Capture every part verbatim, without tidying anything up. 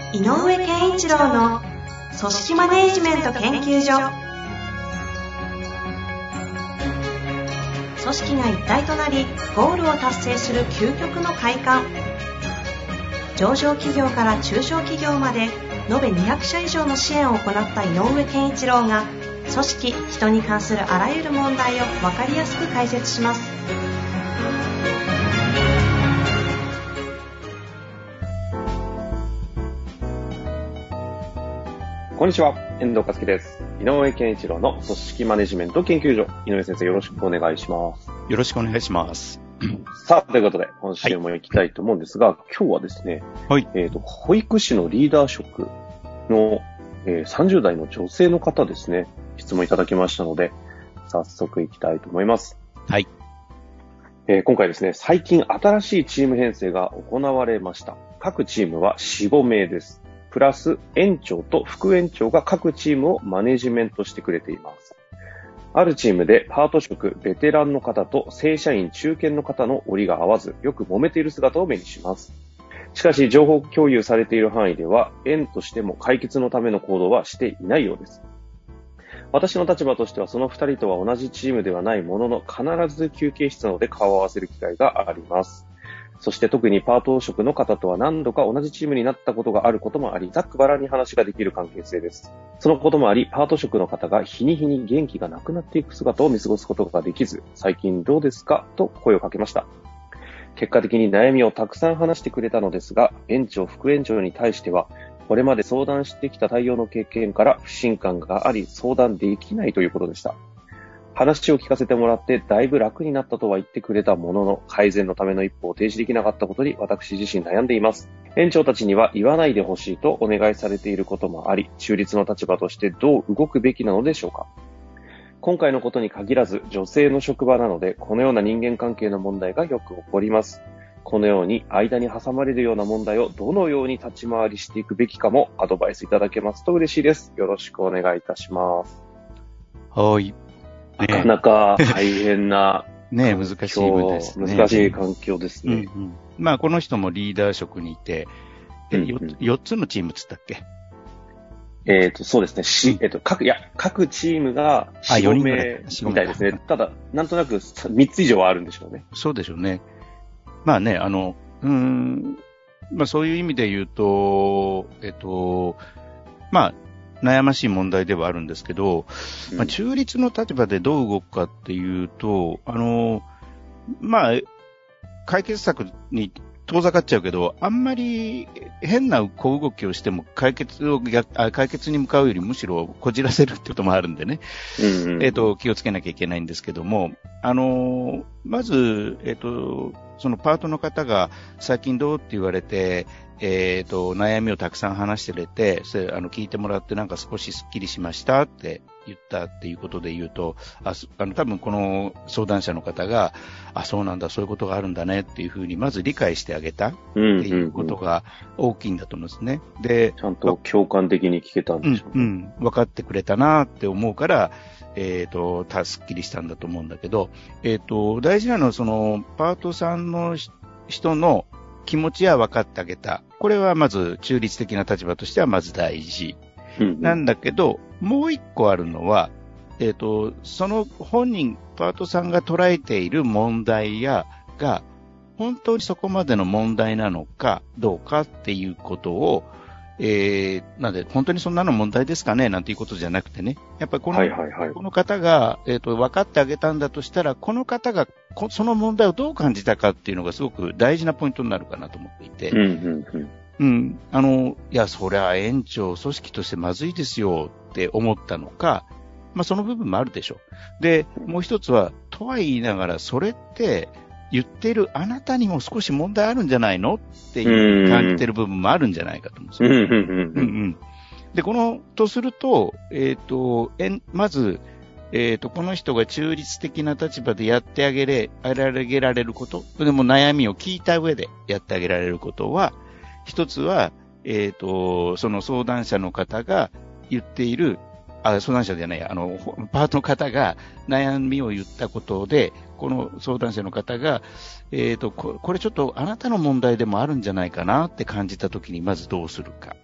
井上健一郎の組織マネジメント研究所。組織が一体となりゴールを達成する究極の快感。上場企業から中小企業まで延べにひゃくしゃ以上の支援を行った井上健一郎が、組織・人に関するあらゆる問題を分かりやすく解説します。 こんにちは、遠藤和樹です。井上健一郎の組織マネジメント研究所。井上先生、よろしくお願いします。 よろしくお願いします。 さあ、ということで、今週も行きたいと思うんですが、はい、今日はですね、はい、えっと、保育士のリーダー職の、えー、さんじゅう代の女性の方ですね、質問いただきましたので、早速行きたいと思います。 はい。 えー、今回ですね、最近新しいチーム編成が行われました。各チームはよん、ご名です。プラス園長と副園長が各チームをマネジメントしてくれています。あるチームでパート職ベテランの方と正社員中堅の方の折りが合わず、よく揉めている姿を目にします。しかし情報共有されている範囲では園としても解決のための行動はしていないようです。私の立場としてはそのふたりとは同じチームではないものの、必ず休憩室などで顔を合わせる機会があります。そして特にパート職の方とは何度か同じチームになったことがあることもあり、ざっくばらんに話ができる関係性です。そのこともあり、パート職の方が日に日に元気がなくなっていく姿を見過ごすことができず、最近どうですかと声をかけました。結果的に悩みをたくさん話してくれたのですが、園長、副園長に対しては、これまで相談してきた対応の経験から不信感があり、相談できないということでした。話を聞かせてもらってだいぶ楽になったとは言ってくれたものの、改善のための一歩を提示できなかったことに私自身悩んでいます。園長たちには言わないでほしいとお願いされていることもあり、中立の立場としてどう動くべきなのでしょうか。今回のことに限らず女性の職場なので、このような人間関係の問題がよく起こります。このように間に挟まれるような問題をどのように立ち回りしていくべきかもアドバイスいただけますと嬉しいです。よろしくお願いいたします。 はい。 なかなか大変なねえ、難しいですね。 難しい環境ですね。 うんうん、まあ、この人もリーダー職にいて、え、うんうん、よっつのチームつったっけ？ えっ、ー、と、そうですね。し、えっ、ー、と、各、いや、各チームがよん名みたいですね。ただ、なんとなくみっつ以上はあるんでしょうね。 そうでしょうね。まあね、あの、うーん、まあそういう意味で言うと、えっ、ー、と、まあ、悩ましい問題ではあるんですけど、まあ、中立の立場でどう動くかっていうと、あの、まあ、解決策に遠ざかっちゃうけど、あんまり変な小動きをしても解決を、解決に向かうよりむしろこじらせるってこともあるんでね、うんうん、えっと、気をつけなきゃいけないんですけども、あの、まず、えっと、そのパートの方が最近どうって言われて、えっと、悩みをたくさん話してくれて、それ、あの、聞いてもらってなんか少しスッキリしましたって言ったっていうことで言うと、あ、あの、多分この相談者の方が、あ、そうなんだ、そういうことがあるんだねっていうふうにまず理解してあげたっていうことが大きいんだと思うんですね。で、 ちゃんと共感的に聞けたんでしょうね。 うん、うん、分かってくれたなって思うから、えっと、た、すっきりしたんだと思うんだけど、えっと、大事なのはその、パートさんの人の気持ちは分かってあげた。これはまず中立的な立場としてはまず大事。うんうん、なんだけど、もう一個あるのは、えっと、その本人、パートさんが捉えている問題やが、本当にそこまでの問題なのかどうかっていうことを、えー、なんで、本当にそんなの問題ですかねなんていうことじゃなくてね。やっぱりこの、はいはいはい、この方が、えっと、分かってあげたんだとしたら、この方がこ、その問題をどう感じたかっていうのがすごく大事なポイントになるかなと思っていて。うんうんうん。うん。あの、いや、そりゃ園長、組織としてまずいですよって思ったのか、まあその部分もあるでしょう。で、もう一つは、とは言いながら、それって、言ってるあなたにも少し問題あるんじゃないのっていう感じてる部分もあるんじゃないかと思うんですよ。うんうんうん、で、この、とすると、えっと、えまず、えっと、この人が中立的な立場でやってあげれ、あげられること、でも悩みを聞いた上でやってあげられることは、一つは、えっと、その相談者の方が言っている、あ、相談者じゃない、あの、パートの方が悩みを言ったことで、この相談者の方が、えっと、これちょっとあなたの問題でもあるんじゃないかなって感じたときにまずどうするか。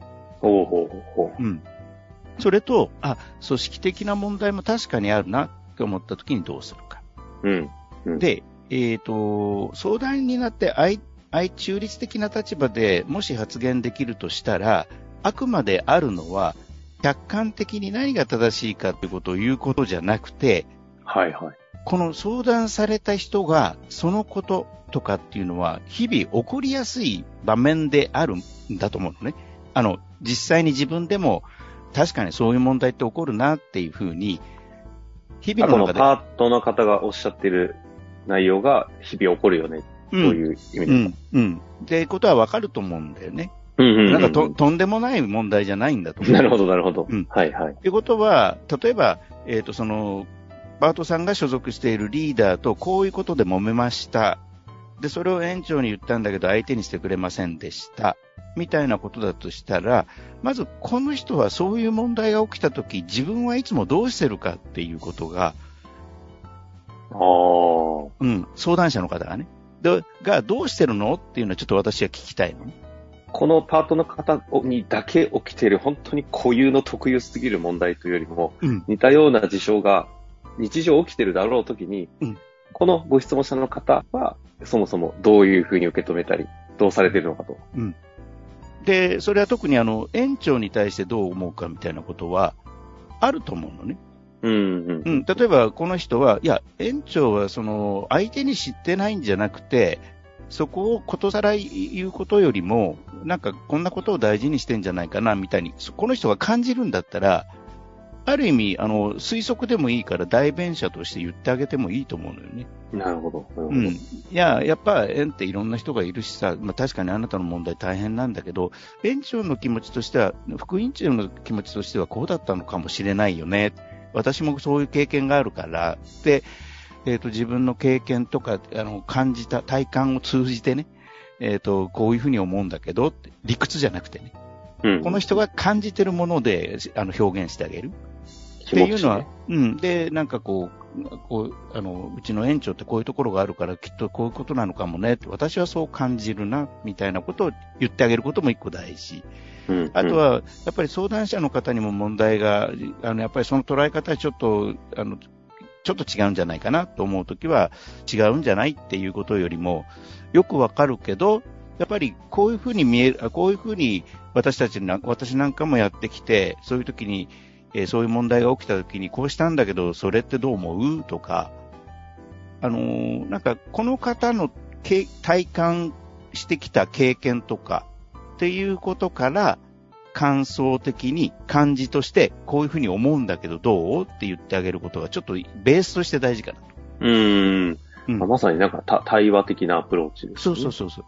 ほうほうほう。 うん。それと、あ、組織的な問題も確かにあるなって思った時にどうするか。 うん。うん、 で、えっと、相談になって相、相中立的な立場でもし発言できるとしたら、あくまであるのは、客観的に何が正しいかということを言うことじゃなくて、 はいはい。 この相談された人がそのこととかっていうのは日々起こりやすい場面であるんだと思うのね。あの、実際に自分でも確かにそういう問題って起こるなっていうふうに、日々の中で。 このパートの方がおっしゃってる内容が日々起こるよね。そういう意味ですか。うん。 うん。ってことはわかると思うんだよね。 うんうんうんうん、 なんかと、とんでもない問題じゃないんだと思う。 なるほど、なるほど。 うん。 はいはい。 ってことは、例えば、えっと、その、パートさんが所属しているリーダーとこういうことで揉めました。で、それを園長に言ったんだけど相手にしてくれませんでした。みたいなことだとしたら、まずこの人はそういう問題が起きたとき、自分はいつもどうしてるかっていうことが、 ああ。 うん、相談者の方がね。で、がどうしてるのっていうのはちょっと私は聞きたいのね。 このパートの方にだけ起きている本当に固有の特有すぎる問題というよりも、うん、似たような事象が日常起きてるだろうときに、うん、このご質問者の方はそもそもどういうふうに受け止めたり、どうされているのかと。 うん、で、それは特にあの園長に対してどう思うかみたいなことはあると思うのね。 うんうんうん、例えばこの人は、いや、園長はその相手に知ってないんじゃなくて、そこをことさら言うことよりも、なんかこんなことを大事にしてんじゃないかなみたいに、この人が感じるんだったら、ある意味、あの、推測でもいいから代弁者として言ってあげてもいいと思うのよね。 なるほど。なるほど。 うん。いや、やっぱ園っていろんな人がいるしさ、まあ確かにあなたの問題大変なんだけど、園長の気持ちとしては、副院長の気持ちとしてはこうだったのかもしれないよね。私もそういう経験があるから、で、えっと、自分の経験とか、あの、感じた体感を通じてね、えっと、こういうふうに思うんだけど、理屈じゃなくてね、うん、この人が感じてるもので、あの、表現してあげる。っていうのは、うん。で、なんかこう、こう、あの、うちの園長ってこういうところがあるから、きっとこういうことなのかもね、私はそう感じるな、みたいなことを言ってあげることも一個大事。うん、あとは、やっぱり相談者の方にも問題が、あの、やっぱりその捉え方はちょっと、あの、ちょっと違うんじゃないかなと思うときは、違うんじゃないっていうことよりも、よくわかるけど、やっぱりこういうふうに見える、こういうふうに私たちな、私なんかもやってきて、そういうときに、えー、そういう問題が起きたときに、こうしたんだけど、それってどう思うとか、あのー、なんか、この方の体感してきた経験とか、っていうことから、感想的に感じとしてこういうふうに思うんだけどどうって言ってあげることがちょっとベースとして大事かなと。 うーん、うん、まさになんか対話的なアプローチですね。 そうそうそうそう。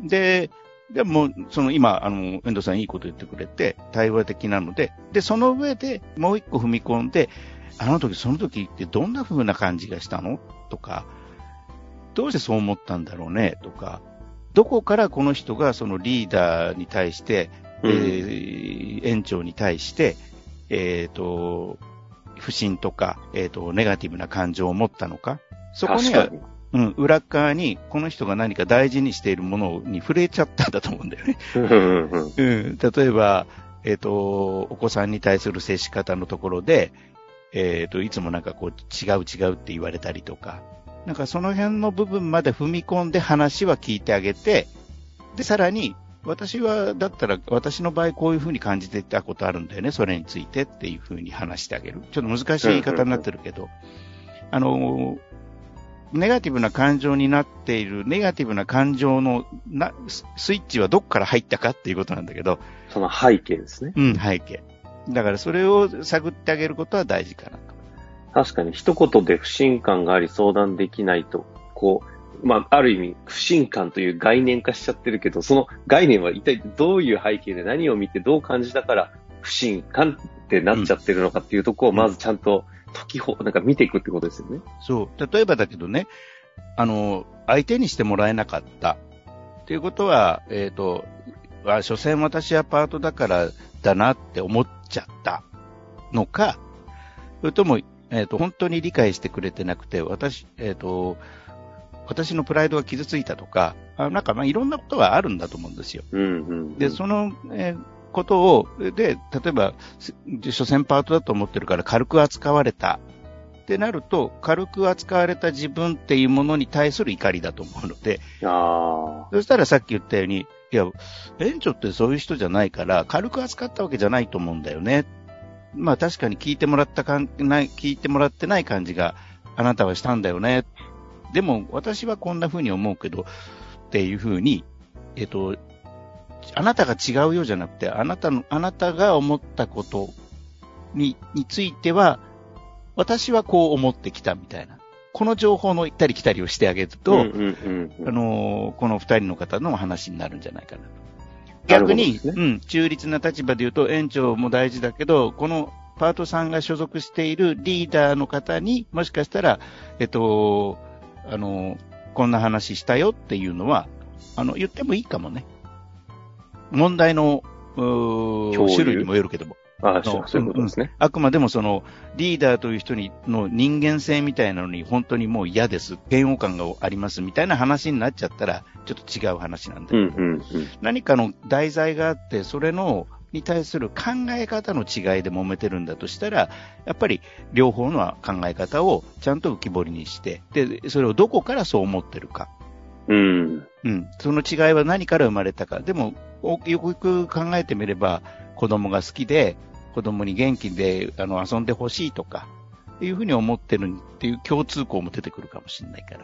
で、でもその今あの遠藤さんいいこと言ってくれて対話的なので、でその上でもう一個踏み込んで、あの時その時ってどんな風な感じがしたのとか、どうしてそう思ったんだろうねとか、どこからこの人がそのリーダーに対してえー、園長に対して、えっと、不信とか、えっと、ネガティブな感情を持ったのか。そこには、うん、裏側に、この人が何か大事にしているものに触れちゃったんだと思うんだよね。うん、例えば、えっと、お子さんに対する接し方のところで、えっと、いつもなんかこう、違う違うって言われたりとか、なんかその辺の部分まで踏み込んで話は聞いてあげて、で、さらに、私は、だったら、私の場合こういうふうに感じていたことあるんだよね、それについてっていうふうに話してあげる。ちょっと難しい言い方になってるけど、あの、ネガティブな感情になっている、ネガティブな感情のなスイッチはどこから入ったかっていうことなんだけど。 その背景ですね。 うん、背景。だからそれを探ってあげることは大事かなと。 確かに、一言で不信感があり相談できないと、こう、まあ、ある意味、不信感という概念化しちゃってるけど、その概念は一体どういう背景で何を見てどう感じたから不信感ってなっちゃってるのかっていうところをまずちゃんと解きほ、なんか見ていくってことですよね。 そう。例えばだけどね、あの、相手にしてもらえなかったっていうことは、えっと、あ、所詮私はパートだからだなって思っちゃったのか、それとも、えっと、本当に理解してくれてなくて、私、えっと、私のプライドが傷ついたとか、あなんかまあいろんなことがあるんだと思うんですよ。 うんうんうん、 で、その、えーことを、で、例えば、所詮パートだと思ってるから軽く扱われたってなると、軽く扱われた自分っていうものに対する怒りだと思うので、 あそしたらさっき言ったように、いや、園長ってそういう人じゃないから、軽く扱ったわけじゃないと思うんだよね。まあ確かに聞いてもらったかんない、聞いてもらってない感じがあなたはしたんだよね。でも私はこんな風に思うけど、っていう風に、えっと、あなたが違うよじゃなくて、あなたの、あなたが思ったことに、については、私はこう思ってきたみたいな。この情報の行ったり来たりをしてあげると、 うんうんうんうん、 あのー、この二人の方の話になるんじゃないかなと。逆に、ね、うん、中立な立場で言うと、園長も大事だけど、このパートさんが所属しているリーダーの方にもしかしたら、えっと、あのー、こんな話したよっていうのは、あの、言ってもいいかもね。問題の種類にもよるけども。 ああ、そういうことですね、 うん。あくまでもその、リーダーという人にの人間性みたいなのに本当にもう嫌です。嫌悪感がありますみたいな話になっちゃったら、ちょっと違う話なんだけど、 うんうんうん、 何かの題材があって、それの、に対する考え方の違いで揉めてるんだとしたら、やっぱり両方の考え方をちゃんと浮き彫りにして、で、それをどこからそう思ってるか。 うん。 うん。その違いは何から生まれたか。でも、よくよく考えてみれば、子供が好きで、子供に元気であの遊んでほしいとか、いうふうに思ってるっていう共通項も出てくるかもしれないから、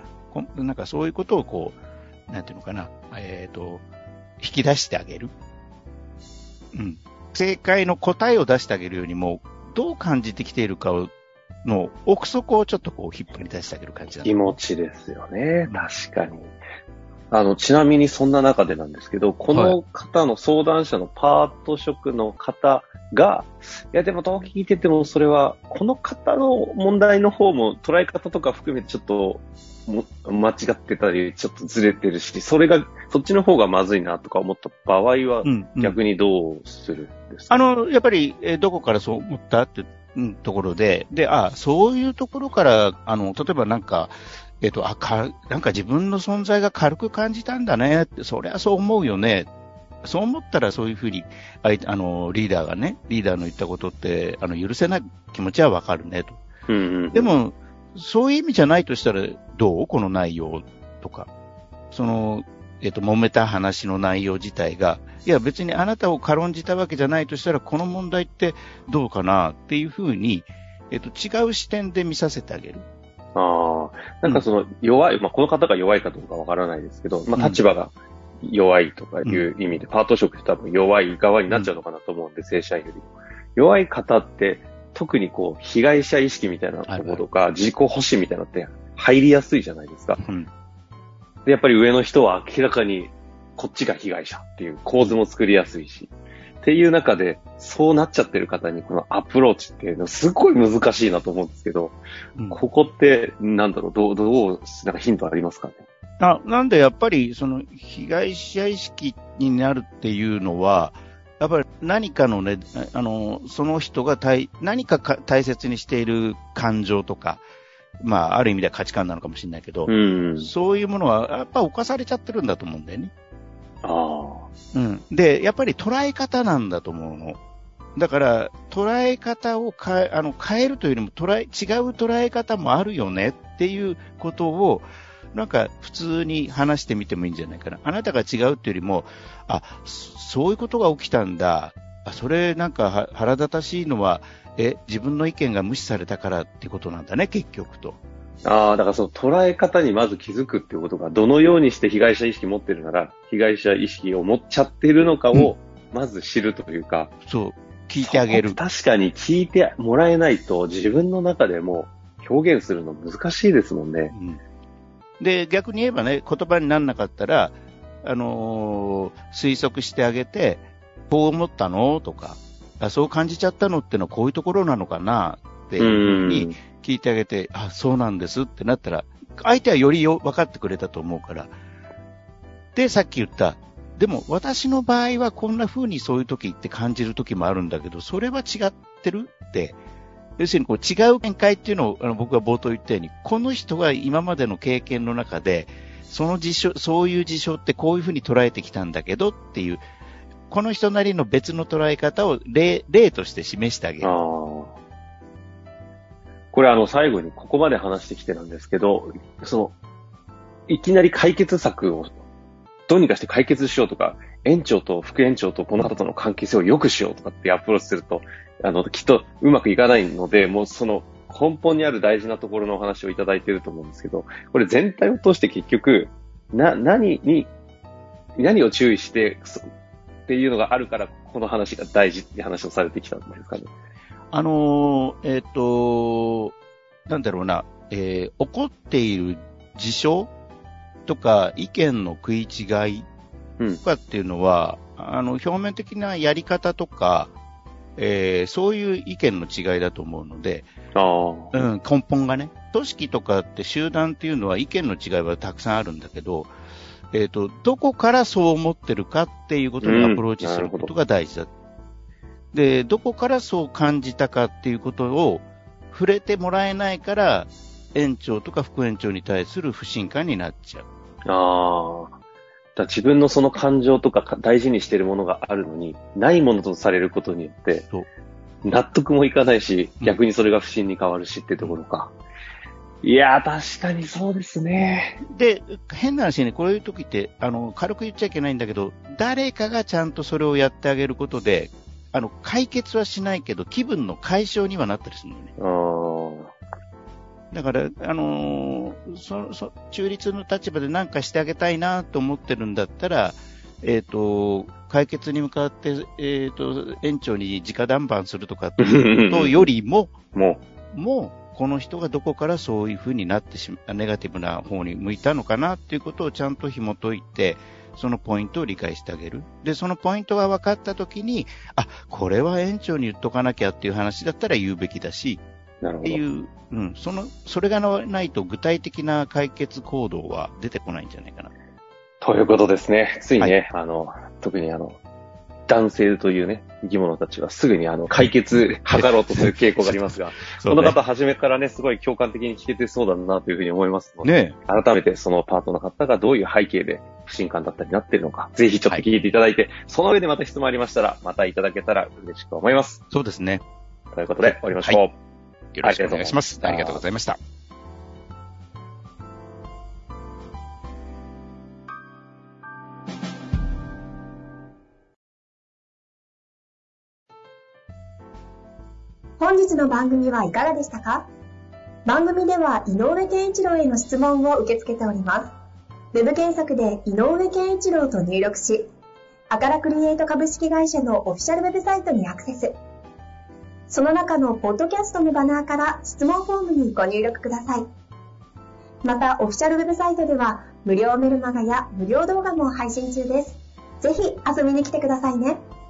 なんかそういうことをこう、なんていうのかな、えっと、引き出してあげる。うん。正解の答えを出してあげるよりも、どう感じてきているかを、の奥底をちょっとこう引っ張り出してあげる感じだ、ね、 気持ちですよね。確かに。あの、ちなみにそんな中でなんですけど、この方の相談者のパート職の方が、いやでもどう聞いててもそれは、この方の問題の方も捉え方とか含めてちょっと間違ってたり、ちょっとずれてるし、それが、そっちの方がまずいなとか思った場合は、逆にどうするんですか、 うんうん、あの、やっぱり、えー、どこからそう思ったって、うん、ところで、で、あ、そういうところから、あの、例えばなんか、えっと、あ、か、なんか自分の存在が軽く感じたんだねって、そりゃそう思うよね。そう思ったらそういうふうに、あ, あの、リーダーがね、リーダーの言ったことって、あの、許せない気持ちはわかるねと。 うんうんうん、 でも、そういう意味じゃないとしたら、どうこの内容とか。その、えっと、揉めた話の内容自体が、いや別にあなたを軽んじたわけじゃないとしたら、この問題ってどうかなっていうふうに、えっと、違う視点で見させてあげる。 ああ、なんかその弱い、うん、まあこの方が弱いかどうかわからないですけど、まあ立場が弱いとかいう意味で、うん、パート職って多分弱い側になっちゃうのかなと思うんで、うん、正社員よりも。弱い方って、特にこう、被害者意識みたいなところとか、はいはい、自己保身みたいなのって入りやすいじゃないですか。うん、で、やっぱり上の人は明らかにこっちが被害者っていう構図も作りやすいし、っていう中で、そうなっちゃってる方にこのアプローチっていうのすごい難しいなと思うんですけど、うん、ここってなんだろう、どう、どう、なんかヒントありますかね。 あ、なんでやっぱりその被害者意識になるっていうのは、やっぱり何かのね、あの、その人が大、何かか大切にしている感情とか、まあ、ある意味では価値観なのかもしれないけど、うん、そういうものはやっぱ犯されちゃってるんだと思うんだよね。 ああ。 うん。で、やっぱり捉え方なんだと思うの。だから、捉え方を変え、あの、変えるというよりも、捉え、違う捉え方もあるよねっていうことを、なんか普通に話してみてもいいんじゃないかな。あなたが違うっていうよりも、あ、そういうことが起きたんだ。あ、それなんか腹立たしいのは、え、自分の意見が無視されたからっていうことなんだね、結局と。 ああ、だからその捉え方にまず気づくっていうことが、どのようにして被害者意識持ってるなら、被害者意識を持っちゃってるのかを、まず知るというか、 うん、そう、聞いてあげる。 確かに聞いてもらえないと、自分の中でも表現するの難しいですもんね。 うん、で、逆に言えばね、言葉にならなかったら、あのー、推測してあげて、こう思ったのとか、あ、そう感じちゃったのってのはこういうところなのかなっていうふうに聞いてあげて、あ、そうなんですってなったら、相手はよりよ分かってくれたと思うから。で、さっき言った、でも私の場合はこんな風にそういう時って感じる時もあるんだけど、それは違ってるって、要するにこう違う見解っていうのをあの僕が冒頭言ったように、この人が今までの経験の中で、その事象、そういう事象ってこういう風に捉えてきたんだけどっていう、 この人なりの別の捉え方を例、例として示してあげる。 ああ。これあの最後にここまで話してきてなんですけど、その、いきなり解決策をどうにかして解決しようとか、園長と副園長とこの方との関係性を良くしようとかってアプローチすると、あの、きっとうまくいかないので、もうその根本にある大事なところのお話をいただいていると思うんですけど、これ全体を通して結局、な、何に、何を注意してっていうのがあるから、この話が大事って話をされてきたんですかね。 あのー、えっ、と、なんだろうな、えー、起こっている事象とか意見の食い違いとかっていうのは、うん、あの、表面的なやり方とか、えー、そういう意見の違いだと思うので、 あうん、根本がね、組織とかって集団っていうのは意見の違いはたくさんあるんだけど、えっ、と、どこからそう思ってるかっていうことにアプローチすることが大事だ。うんで、どこからそう感じたかっていうことを触れてもらえないから、園長とか副園長に対する不信感になっちゃう。 ああ。だ自分のその感情とか大事にしているものがあるのに、ないものとされることによって、納得もいかないし、逆にそれが不信に変わるしっていうところか。うん、いやー、確かにそうですね。 で、変な話ね、こういう時って、あの、軽く言っちゃいけないんだけど、誰かがちゃんとそれをやってあげることで、あの、解決はしないけど、気分の解消にはなったりするのね。あだから、あのー、そ、そ、中立の立場で何かしてあげたいなと思ってるんだったら、えっ、ー、と、解決に向かって、えっ、ー、と、園長に直談判するとかっていうことよりも、もう、もう、この人がどこからそういう風になってしまう、ネガティブな方に向いたのかなっていうことをちゃんと紐解いて、そのポイントを理解してあげる。で、そのポイントが分かったときに、あ、これは園長に言っとかなきゃっていう話だったら言うべきだし、 なるほど。 っていう、うん、その、それがないと具体的な解決行動は出てこないんじゃないかな。 ということですね。ついにね、はい、あの、特にあの、男性というね、生き物たちはすぐにあの、解決図ろうとする傾向がありますが、ね、この方初めからね、すごい共感的に聞けてそうだなというふうに思いますので、ね、改めてそのパートの方がどういう背景で不信感だったりなっているのか、ぜひちょっと聞いていただいて、はい、その上でまた質問ありましたら、またいただけたら嬉しく思います。 そうですね。 ということで、終わりましょう。はい、 よろしくお願いします。ありがとうございました。 本日の番組はいかがでしたか？番組では井上健一郎への質問を受け付けております。ウェブ検索で井上健一郎と入力し、アカラクリエイト株式会社のオフィシャルウェブサイトにアクセス。その中のポッドキャストのバナーから質問フォームにご入力ください。また、オフィシャルウェブサイトでは無料メルマガや無料動画も配信中です。ぜひ遊びに来てくださいね。